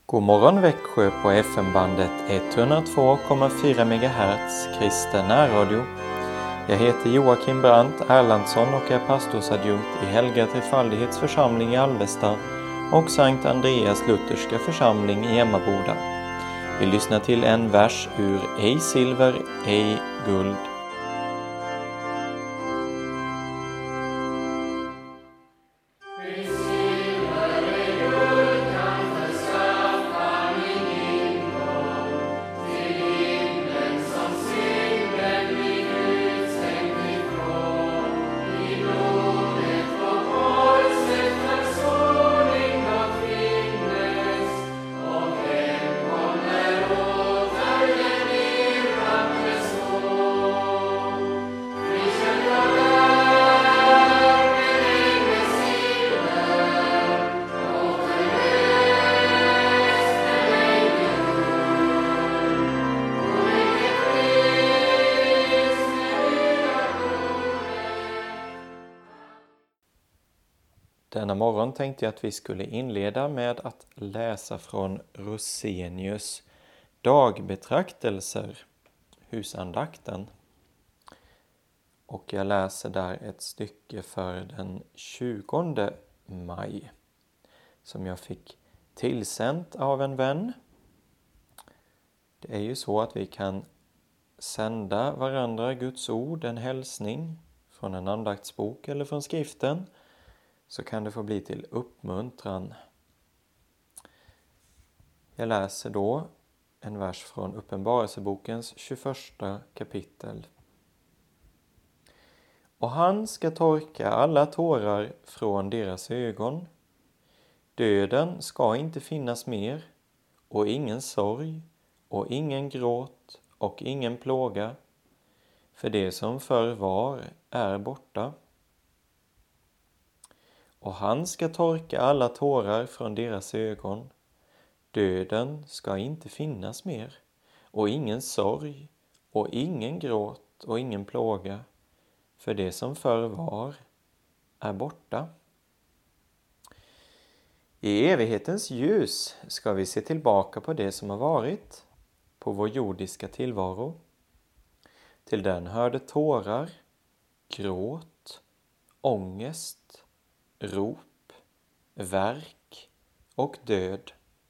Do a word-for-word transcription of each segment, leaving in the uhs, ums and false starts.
God morgon Växjö på F M-bandet etthundratvå komma fyra megahertz kristen närradio. Jag heter Joakim Brandt Erlandsson och är pastorsadjunkt i Helga Trefaldighets församling i Alvesta och Sankt Andreas Lutherska församling i Emmaboda. Vi lyssnar till en vers ur Ej silver, ej guld. Denna morgon tänkte jag att vi skulle inleda med att läsa från Rosenius dagbetraktelser, husandakten. Och jag läser där ett stycke för den tjugonde maj som jag fick tillsänt av en vän. Det är ju så att vi kan sända varandra Guds ord, en hälsning från en andaktsbok eller från skriften. Så kan det få bli till uppmuntran. Jag läser då en vers från Uppenbarelsebokens tjugoförsta kapitel. Och han ska torka alla tårar från deras ögon. Döden ska inte finnas mer, och ingen sorg, och ingen gråt, och ingen plåga. För det som förr var är borta. Och han ska torka alla tårar från deras ögon. Döden ska inte finnas mer, och ingen sorg, och ingen gråt, och ingen plåga. För det som förr var är borta. I evighetens ljus ska vi se tillbaka på det som har varit, på vår jordiska tillvaro. Till den hörde tårar, gråt, ångest, rop, värk och död.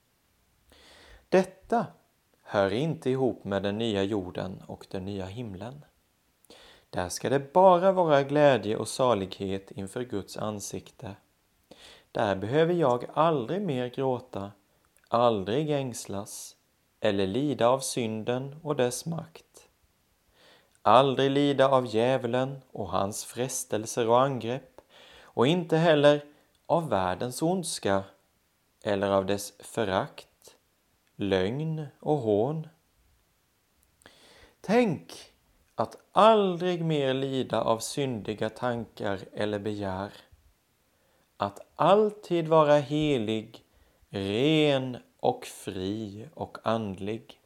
Detta hör inte ihop med den nya jorden och den nya himlen. Där ska det bara vara glädje och salighet inför Guds ansikte. Där behöver jag aldrig mer gråta, aldrig ängslas eller lida av synden och dess makt. Aldrig lida av djävulen och hans frestelser och angrepp. Och inte heller av världens ondska eller av dess förakt, lögn och hån. Tänk att aldrig mer lida av syndiga tankar eller begär. Att alltid vara helig, ren och fri och andlig.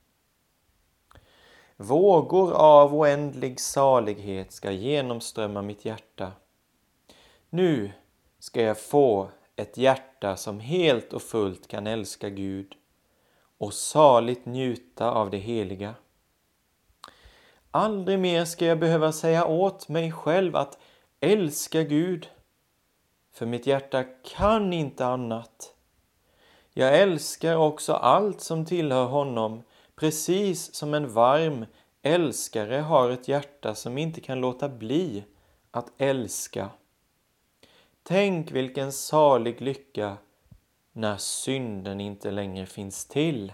Vågor av oändlig salighet ska genomströmma mitt hjärta. Nu ska jag få ett hjärta som helt och fullt kan älska Gud och saligt njuta av det heliga. Aldrig mer ska jag behöva säga åt mig själv att älska Gud, för mitt hjärta kan inte annat. Jag älskar också allt som tillhör honom, precis som en varm älskare har ett hjärta som inte kan låta bli att älska. Tänk vilken salig lycka när synden inte längre finns till.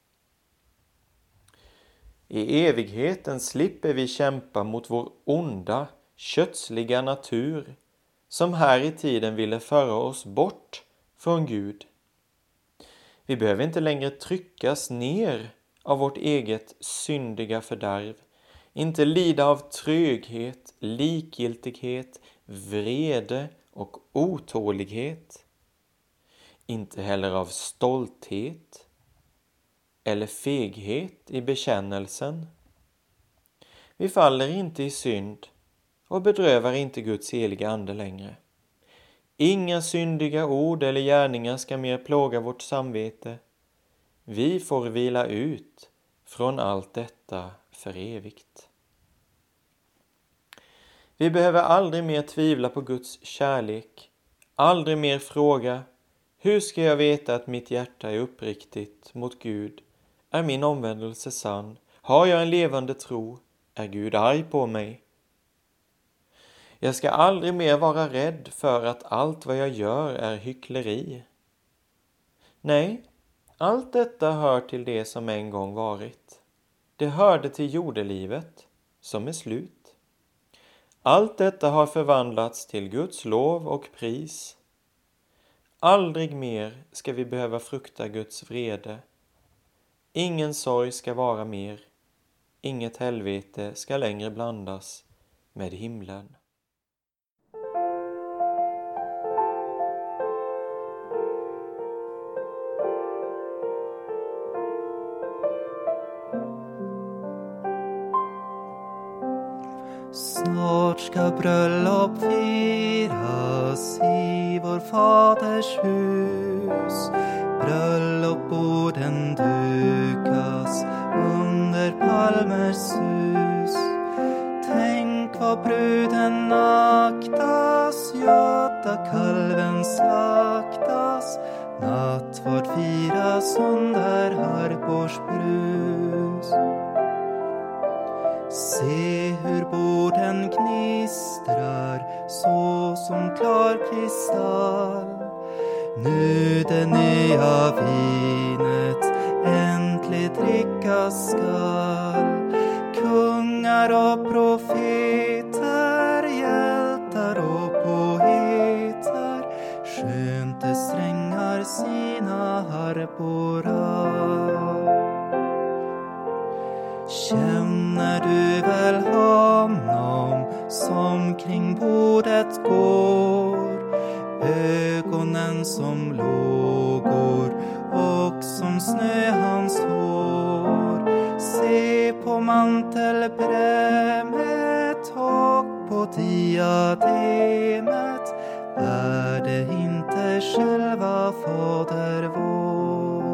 I evigheten slipper vi kämpa mot vår onda, kötsliga natur som här i tiden ville föra oss bort från Gud. Vi behöver inte längre tryckas ner av vårt eget syndiga fördärv, inte lida av tröghet, likgiltighet, vrede och otålighet. Inte heller av stolthet eller feghet i bekännelsen. Vi faller inte i synd och bedrövar inte Guds heliga ande längre. Inga syndiga ord eller gärningar ska mer plåga vårt samvete. Vi får vila ut från allt detta för evigt. Vi behöver aldrig mer tvivla på Guds kärlek, aldrig mer fråga: hur ska jag veta att mitt hjärta är uppriktigt mot Gud? Är min omvändelse sann? Har jag en levande tro? Är Gud arg på mig? Jag ska aldrig mer vara rädd för att allt vad jag gör är hyckleri. Nej, allt detta hör till det som en gång varit. Det hörde till jordelivet, som är slut. Allt detta har förvandlats till Guds lov och pris. Aldrig mer ska vi behöva frukta Guds vrede. Ingen sorg ska vara mer. Inget helvete ska längre blandas med himlen. Snart ska bröllop firas i vår faders hus. Bröllopborden dukas under palmers sus. Tänk vad bruden aktas, göta kalven slaktas. Nattvard firas under harpors brus. Se hur borden knistrar så som klar kristall. Nu det nya vinet äntligt drickas skall. Kungar och profeter, hjältar och poeter skönte strängar sina harporar. Känner du väl honom som kring bordet går? Ögonen som lågor och som snö hans hår. Se på mantelbrämet och på diademet. Är det inte själva Fader vår?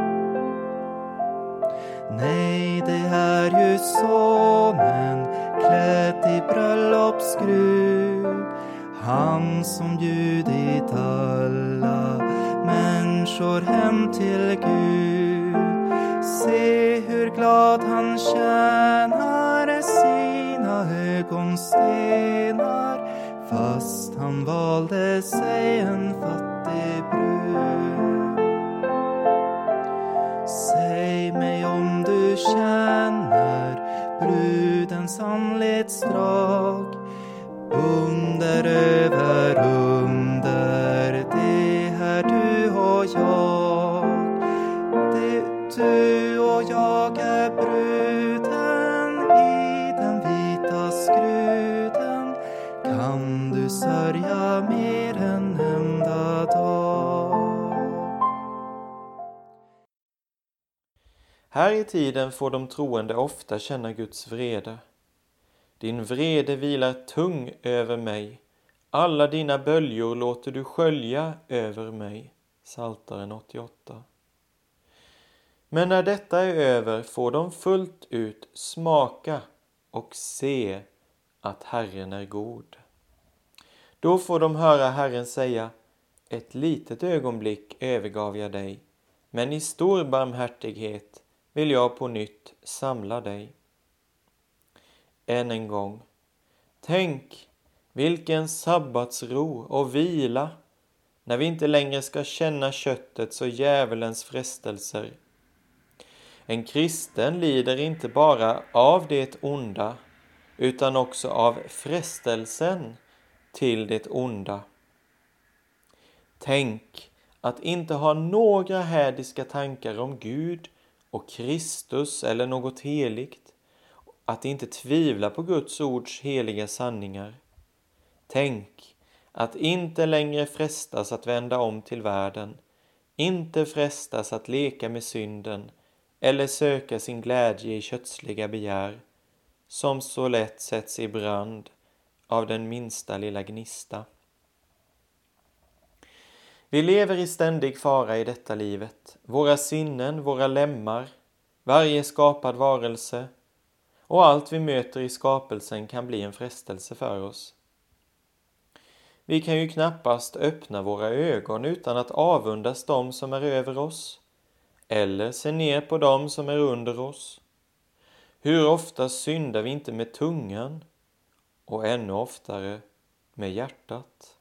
Nej, det är ju sonen klädd i bröllopsgrud. Han som bjudit alla människor hem till Gud. Se hur glad han tjänar sina ögonstenar, fast han valde sig en fattig brud. Säg mig om du känner brudens anletsdrag. Under över under, det är du och jag. Det, du och jag är bruden i den vita skruden. Kan du sörja mer en enda dag? Här i tiden får de troende ofta känna Guds vrede. Din vrede vilar tung över mig. Alla dina böljor låter du skölja över mig. Psaltaren åttioåtta. Men när detta är över får de fullt ut smaka och se att Herren är god. Då får de höra Herren säga: ett litet ögonblick övergav jag dig, men i stor barmhärtighet vill jag på nytt samla dig. Än en gång, tänk vilken sabbatsro och vila när vi inte längre ska känna köttets och djävulens frestelser. En kristen lider inte bara av det onda utan också av frestelsen till det onda. Tänk att inte ha några hädiska tankar om Gud och Kristus eller något heligt. Att inte tvivla på Guds ords heliga sanningar. Tänk att inte längre frestas att vända om till världen. Inte frestas att leka med synden eller söka sin glädje i kötsliga begär, som så lätt sätts i brand av den minsta lilla gnista. Vi lever i ständig fara i detta livet. Våra sinnen, våra lemmar, varje skapad varelse och allt vi möter i skapelsen kan bli en frestelse för oss. Vi kan ju knappast öppna våra ögon utan att avundas dem som är över oss eller se ner på dem som är under oss. Hur ofta syndar vi inte med tungan och ännu oftare med hjärtat?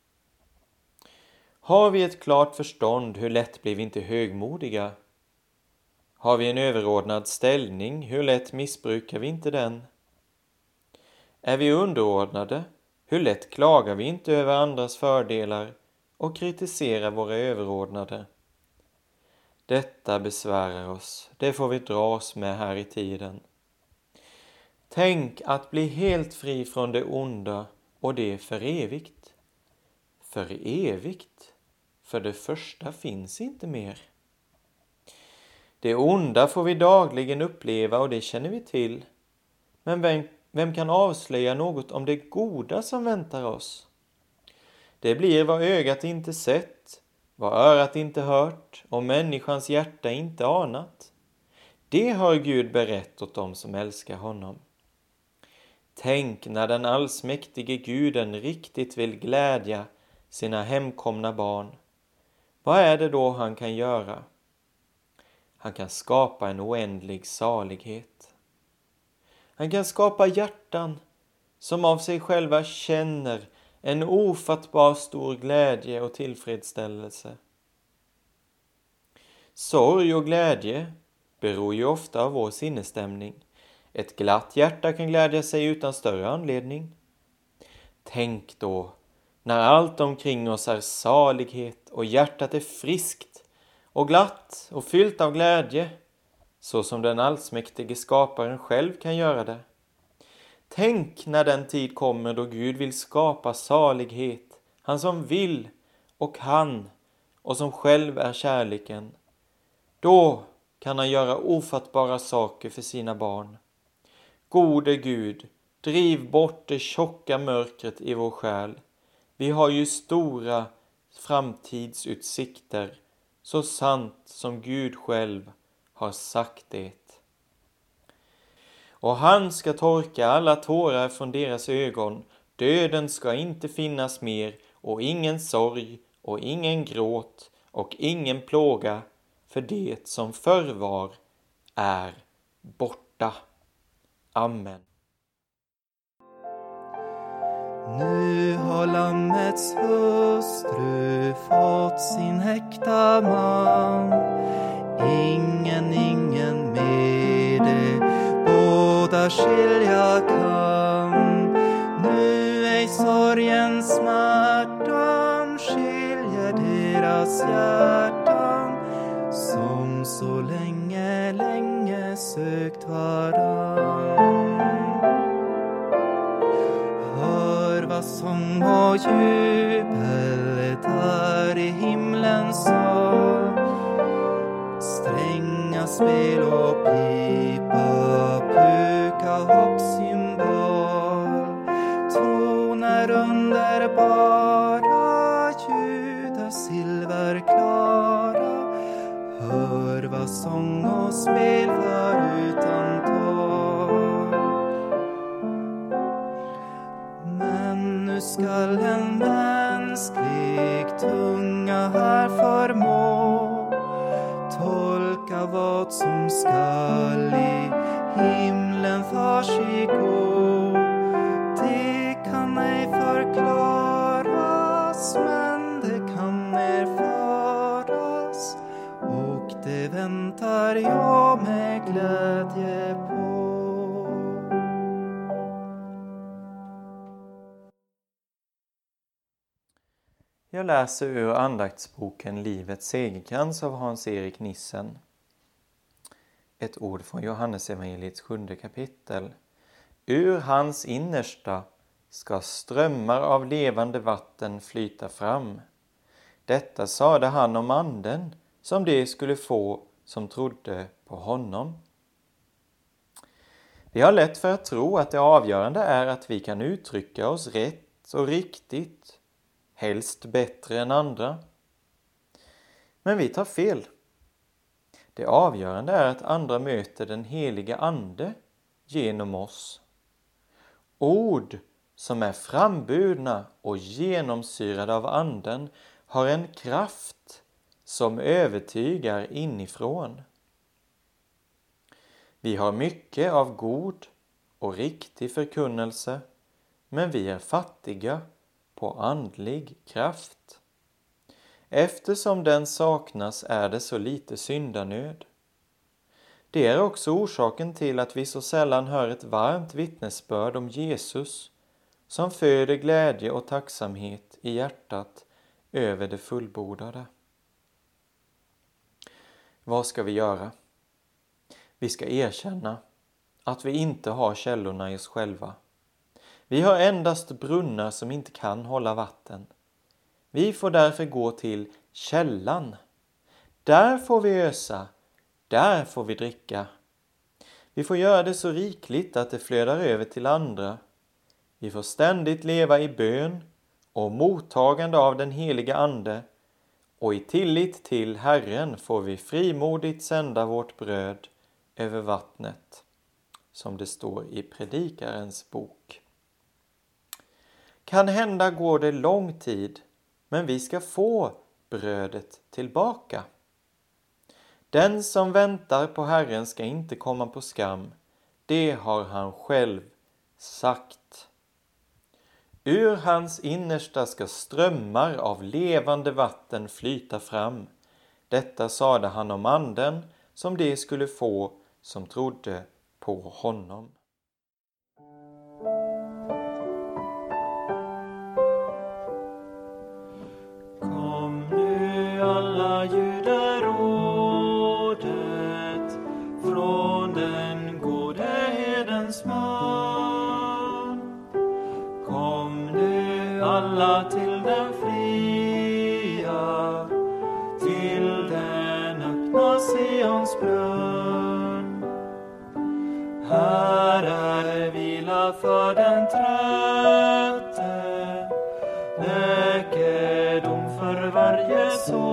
Har vi ett klart förstånd, hur lätt blir vi inte högmodiga? Har vi en överordnad ställning, hur lätt missbrukar vi inte den? Är vi underordnade, hur lätt klagar vi inte över andras fördelar och kritiserar våra överordnade? Detta besvärar oss, det får vi dras med här i tiden. Tänk att bli helt fri från det onda och det för evigt. För evigt, för det första finns inte mer. Det onda får vi dagligen uppleva och det känner vi till. Men vem, vem kan avslöja något om det goda som väntar oss? Det blir vad ögat inte sett, vad örat inte hört och människans hjärta inte anat. Det har Gud berättat åt dem som älskar honom. Tänk när den allsmäktige Guden riktigt vill glädja sina hemkomna barn. Vad är det då han kan göra? Han kan skapa en oändlig salighet. Han kan skapa hjärtan som av sig själva känner en ofattbar stor glädje och tillfredsställelse. Sorg och glädje beror ju ofta av vår sinnesstämning. Ett glatt hjärta kan glädja sig utan större anledning. Tänk då, när allt omkring oss är salighet och hjärtat är friskt och glatt och fyllt av glädje, så som den allsmäktige skaparen själv kan göra det. Tänk när den tid kommer då Gud vill skapa salighet, han som vill och kan och som själv är kärleken. Då kan han göra ofattbara saker för sina barn. Gode Gud, driv bort det tjocka mörkret i vår själ. Vi har ju stora framtidsutsikter, så sant som Gud själv har sagt det. Och han ska torka alla tårar från deras ögon. Döden ska inte finnas mer och ingen sorg och ingen gråt och ingen plåga, för det som förr var är borta. Amen. Nu har lammets hustru fått sin häkta man. Ingen, ingen med det båda skilja kan. Nu ej sorgen smärtan skiljer deras hjärtan, som så länge, länge sökt varann. Hör vad sång och jubel där i himlens sal. Stränga spel och pipa, puka och cymbal. Toner underbara, ljuda silverklara. Hör vad sång och spel förutan tal. Men nu skall en mänsklig tunga här förmå tolka vad som skall i himlen för sig gå. Det kan ej förklaras, men det kan erfaras, och det väntar jag med glädje på. Jag läser ur andaktsboken Livets segerkrans av Hans-Erik Nissen. Ett ord från Johannes evangeliets sjunde kapitel. Ur hans innersta ska strömmar av levande vatten flyta fram. Detta sade han om anden som det skulle få som trodde på honom. Vi har lätt för att tro att det avgörande är att vi kan uttrycka oss rätt och riktigt, helst bättre än andra. Men vi tar fel. Det avgörande är att andra möter den heliga ande genom oss. Ord som är frambudna och genomsyrade av anden har en kraft som övertygar inifrån. Vi har mycket av god och riktig förkunnelse, men vi är fattiga på andlig kraft. Eftersom den saknas är det så lite syndanöd. Det är också orsaken till att vi så sällan hör ett varmt vittnesbörd om Jesus som föder glädje och tacksamhet i hjärtat över det fullbordade. Vad ska vi göra? Vi ska erkänna att vi inte har källorna i oss själva. Vi har endast brunnar som inte kan hålla vatten. Vi får därför gå till källan. Där får vi ösa, där får vi dricka. Vi får göra det så rikligt att det flödar över till andra. Vi får ständigt leva i bön och mottagande av den heliga ande, och i tillit till Herren får vi frimodigt sända vårt bröd över vattnet, som det står i Predikarens bok. Kan hända går det lång tid, men vi ska få brödet tillbaka. Den som väntar på Herren ska inte komma på skam, det har han själv sagt. Ur hans innersta ska strömmar av levande vatten flyta fram. Detta sade han om anden som de skulle få som trodde på honom. Kom nu alla judar rådet från den gode herdens mun. Kom nu alla till den fria, till den öppna Sions brunn. Här är vila för den trötte, läkedom för varje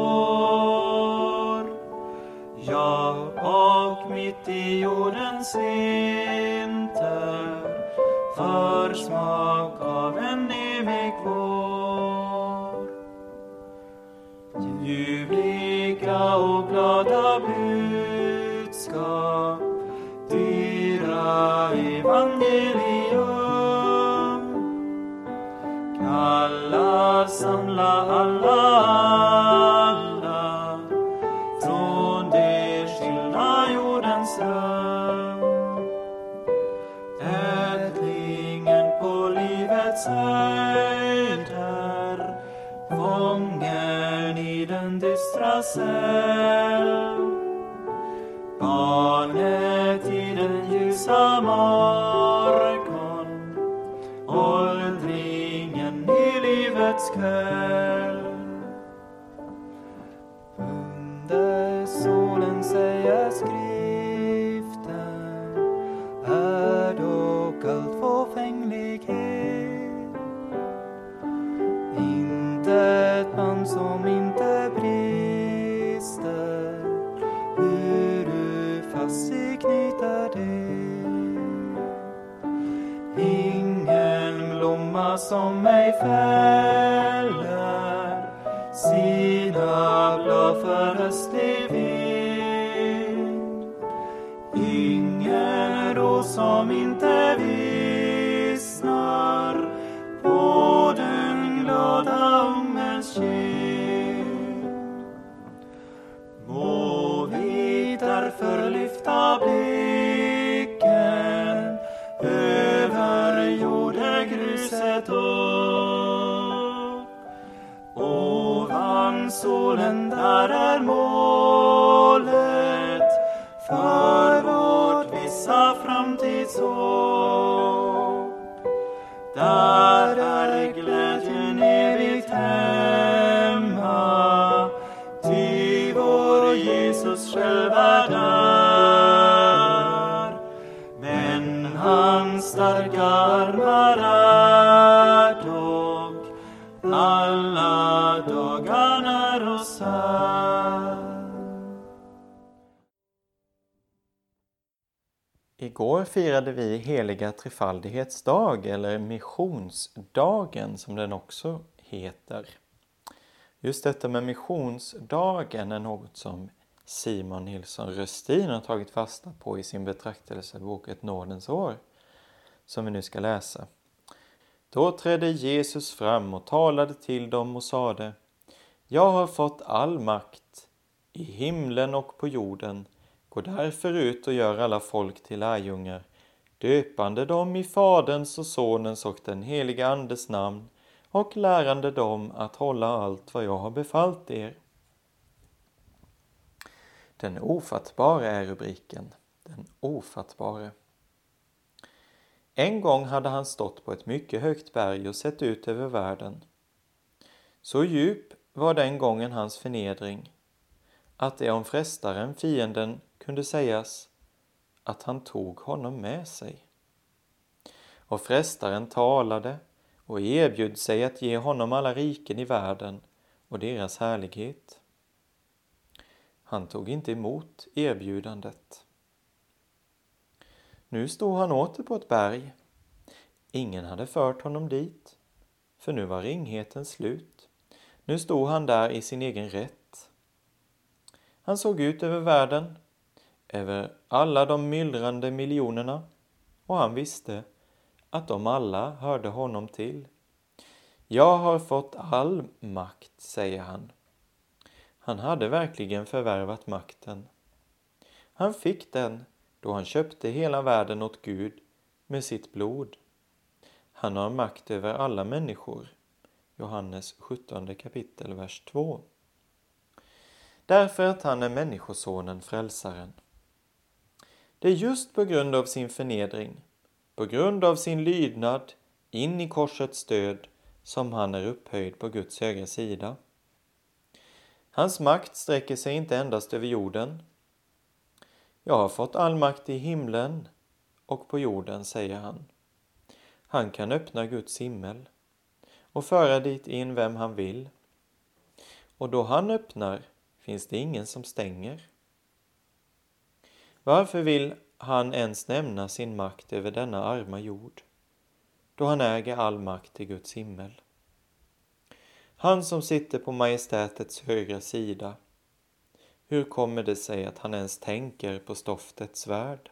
sår. Ja, och mitt i jordens vinter försmak av en evig vår. Ljuvliga och glada budskap, dyra evangelium, kallar samla alla, alla från de skilda jordens rum. Ädlingen på livets höjder, fången i den dystra cell, barnet i den ljusa morgon, åldringen i livets kväll. Under solen säger skriften, är dock allt fåfänglighet. Intet man som inte brister, hur du fast sig knyter det. Ingen blomma som ej fäller sina blad för höstlig vind. Ingen ros som inte vissnar på den glada ungens kind. Må vi därför lyfta blicken över jordegruset upp. Ovan solen där är målet för vårt vissa framtidshopp. Där är glädjen evigt hemma, ty vår Jesus själv är där. Men hans starka armar är dock alla dagarna oss här. Igår firade vi heliga trefaldighetsdag eller missionsdagen som den också heter. Just detta med missionsdagen är något som Simon Nilsson Röstin har tagit fasta på i sin betraktelsebok Ett nådens år som vi nu ska läsa. Då trädde Jesus fram och talade till dem och sade: Jag har fått all makt i himlen och på jorden. Gå därför ut och gör alla folk till lärjungar, döpande dem i Faderns och Sonens och den heliga Andes namn och lärande dem att hålla allt vad jag har befallt er. Den ofattbara är rubriken. Den ofattbara. En gång hade han stått på ett mycket högt berg och sett ut över världen. Så djup var den gången hans förnedring, att det om frestaren, fienden, kunde sägas att han tog honom med sig. Och frestaren talade och erbjöd sig att ge honom alla riken i världen och deras härlighet. Han tog inte emot erbjudandet. Nu stod han åter på ett berg. Ingen hade fört honom dit, för nu var ringheten slut. Nu stod han där i sin egen rätt. Han såg ut över världen, över alla de myllrande miljonerna, och han visste att de alla hörde honom till. Jag har fått all makt, säger han. Han hade verkligen förvärvat makten. Han fick den då han köpte hela världen åt Gud med sitt blod. Han har makt över alla människor. Johannes sjuttonde kapitel, vers två. Därför att han är människosonen, frälsaren. Det är just på grund av sin förnedring, på grund av sin lydnad in i korsets död, som han är upphöjd på Guds högra sida. Hans makt sträcker sig inte endast över jorden. Jag har fått all makt i himlen och på jorden, säger han. Han kan öppna Guds himmel och föra dit in vem han vill. Och då han öppnar finns det ingen som stänger. Varför vill han ens nämna sin makt över denna arma jord, då han äger all makt i Guds himmel? Han som sitter på majestätets högra sida, hur kommer det sig att han ens tänker på stoftets värld?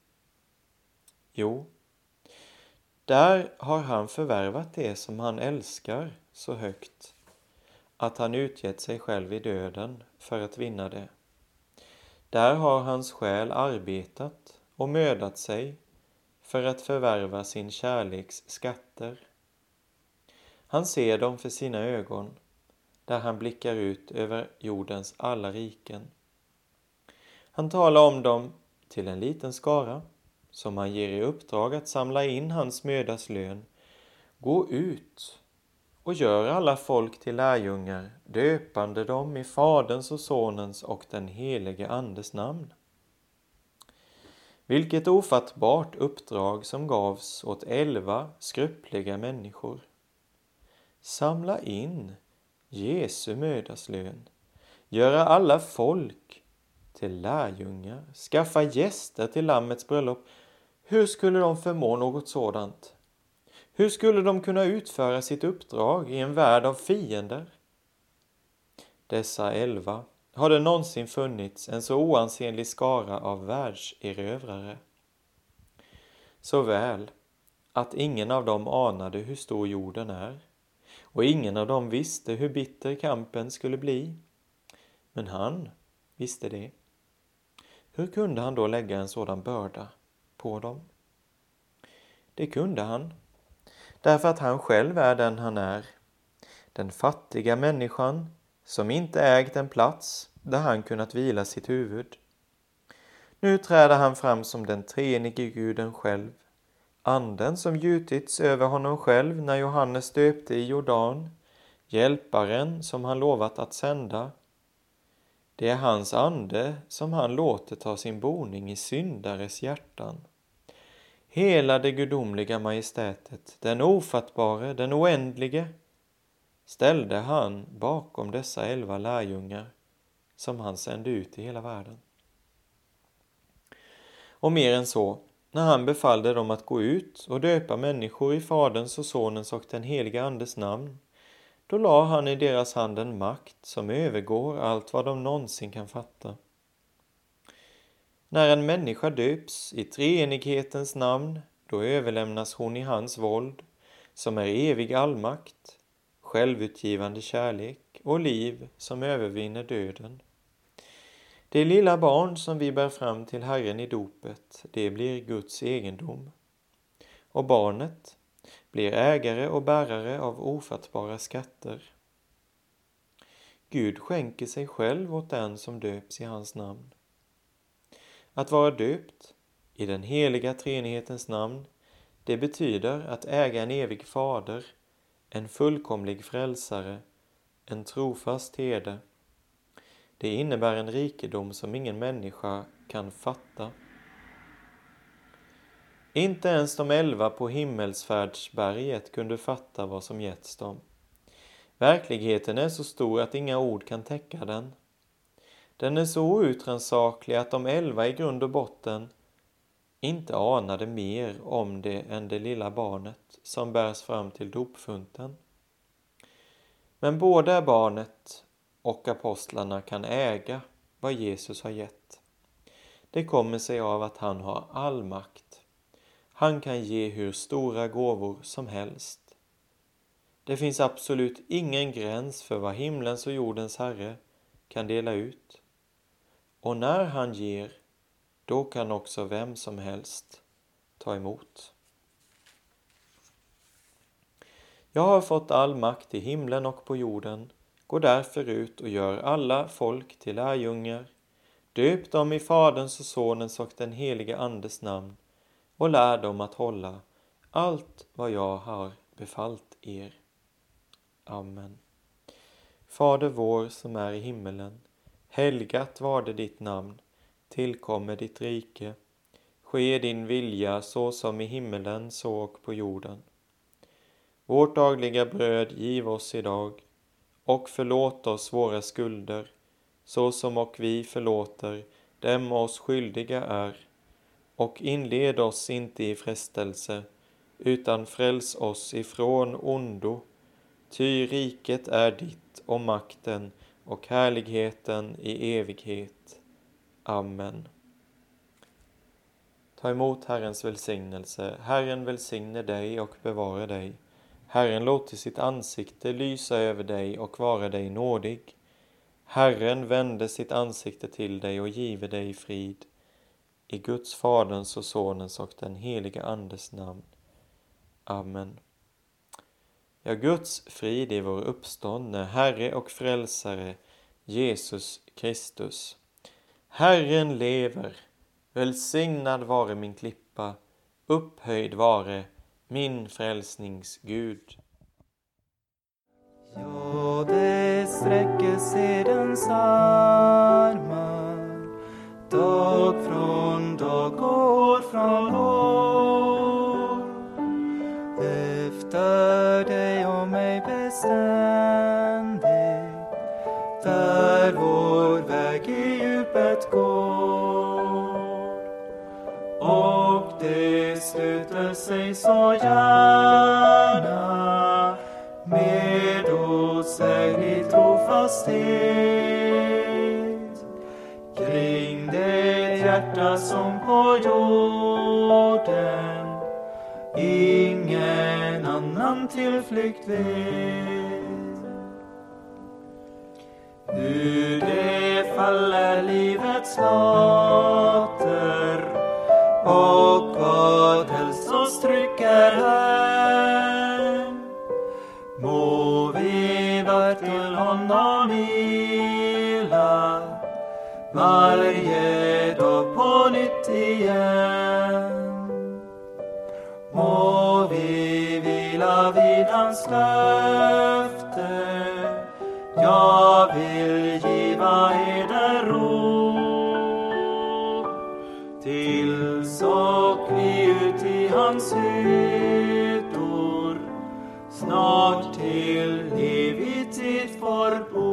Jo, där har han förvärvat det som han älskar så högt, att han utgett sig själv i döden för att vinna det. Där har hans själ arbetat och mödat sig för att förvärva sin kärleks skatter. Han ser dem för sina ögon, där han blickar ut över jordens alla riken. Han talar om dem till en liten skara, som han ger i uppdrag att samla in hans mödas lön. Gå ut och gör alla folk till lärjungar, döpande dem i Faderns och Sonens och den helige Andes namn. Vilket ofattbart uppdrag som gavs åt elva skröpliga människor. Samla in Jesu mödas lön, göra alla folk till lärjungar, skaffa gäster till Lammets bröllop. Hur skulle de förmå något sådant? Hur skulle de kunna utföra sitt uppdrag i en värld av fiender? Dessa elva, har det någonsin funnits en så oansenlig skara av världserövrare? Så väl att ingen av dem anade hur stor jorden är, och ingen av dem visste hur bitter kampen skulle bli. Men han visste det. Hur kunde han då lägga en sådan börda på dem? Det kunde han, därför att han själv är den han är. Den fattiga människan som inte ägt en plats där han kunnat vila sitt huvud. Nu träder han fram som den treenige guden själv, anden som gjutits över honom själv när Johannes döpte i Jordan, hjälparen som han lovat att sända. Det är hans ande som han låter ta sin boning i syndares hjärtan. Hela det gudomliga majestätet, den ofattbare, den oändlige, ställde han bakom dessa elva lärjungar som han sände ut i hela världen. Och mer än så, när han befallde dem att gå ut och döpa människor i Faderns och Sonens och den heliga Andes namn, då la han i deras hand en makt som övergår allt vad de någonsin kan fatta. När en människa döps i treenighetens namn, då överlämnas hon i hans våld, som är evig allmakt, självutgivande kärlek och liv som övervinner döden. Det lilla barn som vi bär fram till Herren i dopet, det blir Guds egendom. Och barnet blir ägare och bärare av ofattbara skatter. Gud skänker sig själv åt den som döps i hans namn. Att vara döpt i den heliga treenighetens namn, det betyder att äga en evig fader, en fullkomlig frälsare, en trofast herde. Det innebär en rikedom som ingen människa kan fatta. Inte ens de elva på himmelsfärdsberget kunde fatta vad som getts dem. Verkligheten är så stor att inga ord kan täcka den. Den är så utransaklig att de elva i grund och botten inte anade mer om det än det lilla barnet som bärs fram till dopfunten. Men både barnet och apostlarna kan äga vad Jesus har gett. Det kommer sig av att han har all makt. Han kan ge hur stora gåvor som helst. Det finns absolut ingen gräns för vad himlens och jordens Herre kan dela ut. Och när han ger, då kan också vem som helst ta emot. Jag har fått all makt i himlen och på jorden. Gå därför ut och gör alla folk till lärjungar. Döp dem i Faderns och Sonens och den heliga Andes namn och lär dem att hålla allt vad jag har befallt er. Amen. Fader vår som är i himmelen, helgat varde ditt namn, tillkommer ditt rike. Ske din vilja så som i himmelen så och på jorden. Vårt dagliga bröd giv oss idag och förlåt oss våra skulder så som och vi förlåter dem oss skyldiga är. Och inled oss inte i frestelse utan fräls oss ifrån ondo. Ty riket är ditt och makten och härligheten i evighet. Amen. Ta emot Herrens välsignelse. Herren välsigne dig och bevara dig. Herren låter sitt ansikte lysa över dig och vara dig nådig. Herren vände sitt ansikte till dig och give dig frid. I Guds Faderns och Sonens och den heliga Andes namn. Amen. Ja, Guds frid i vår uppståndne, Herre och frälsare, Jesus Kristus. Herren lever, välsignad vare min klippa, upphöjd vare min frälsningsgud. Ja, det sträcker sedens armar, dag från dag och år från år. Efter dig och mig beständigt, där vår väg i djupet går. Och det sluter sig så gärna med osäglig trofasthet kring det hjärta som på jorden ingen annan tillflykt vet. Nu det faller livets lotter och vad helst oss trycker hem, må vi var till honom ila varje dag på nytt igen. Må vi vila vid hans löfte, jag vill giva eder ro. Tills och vi ut i hans hyddor snart till evig tid får bo.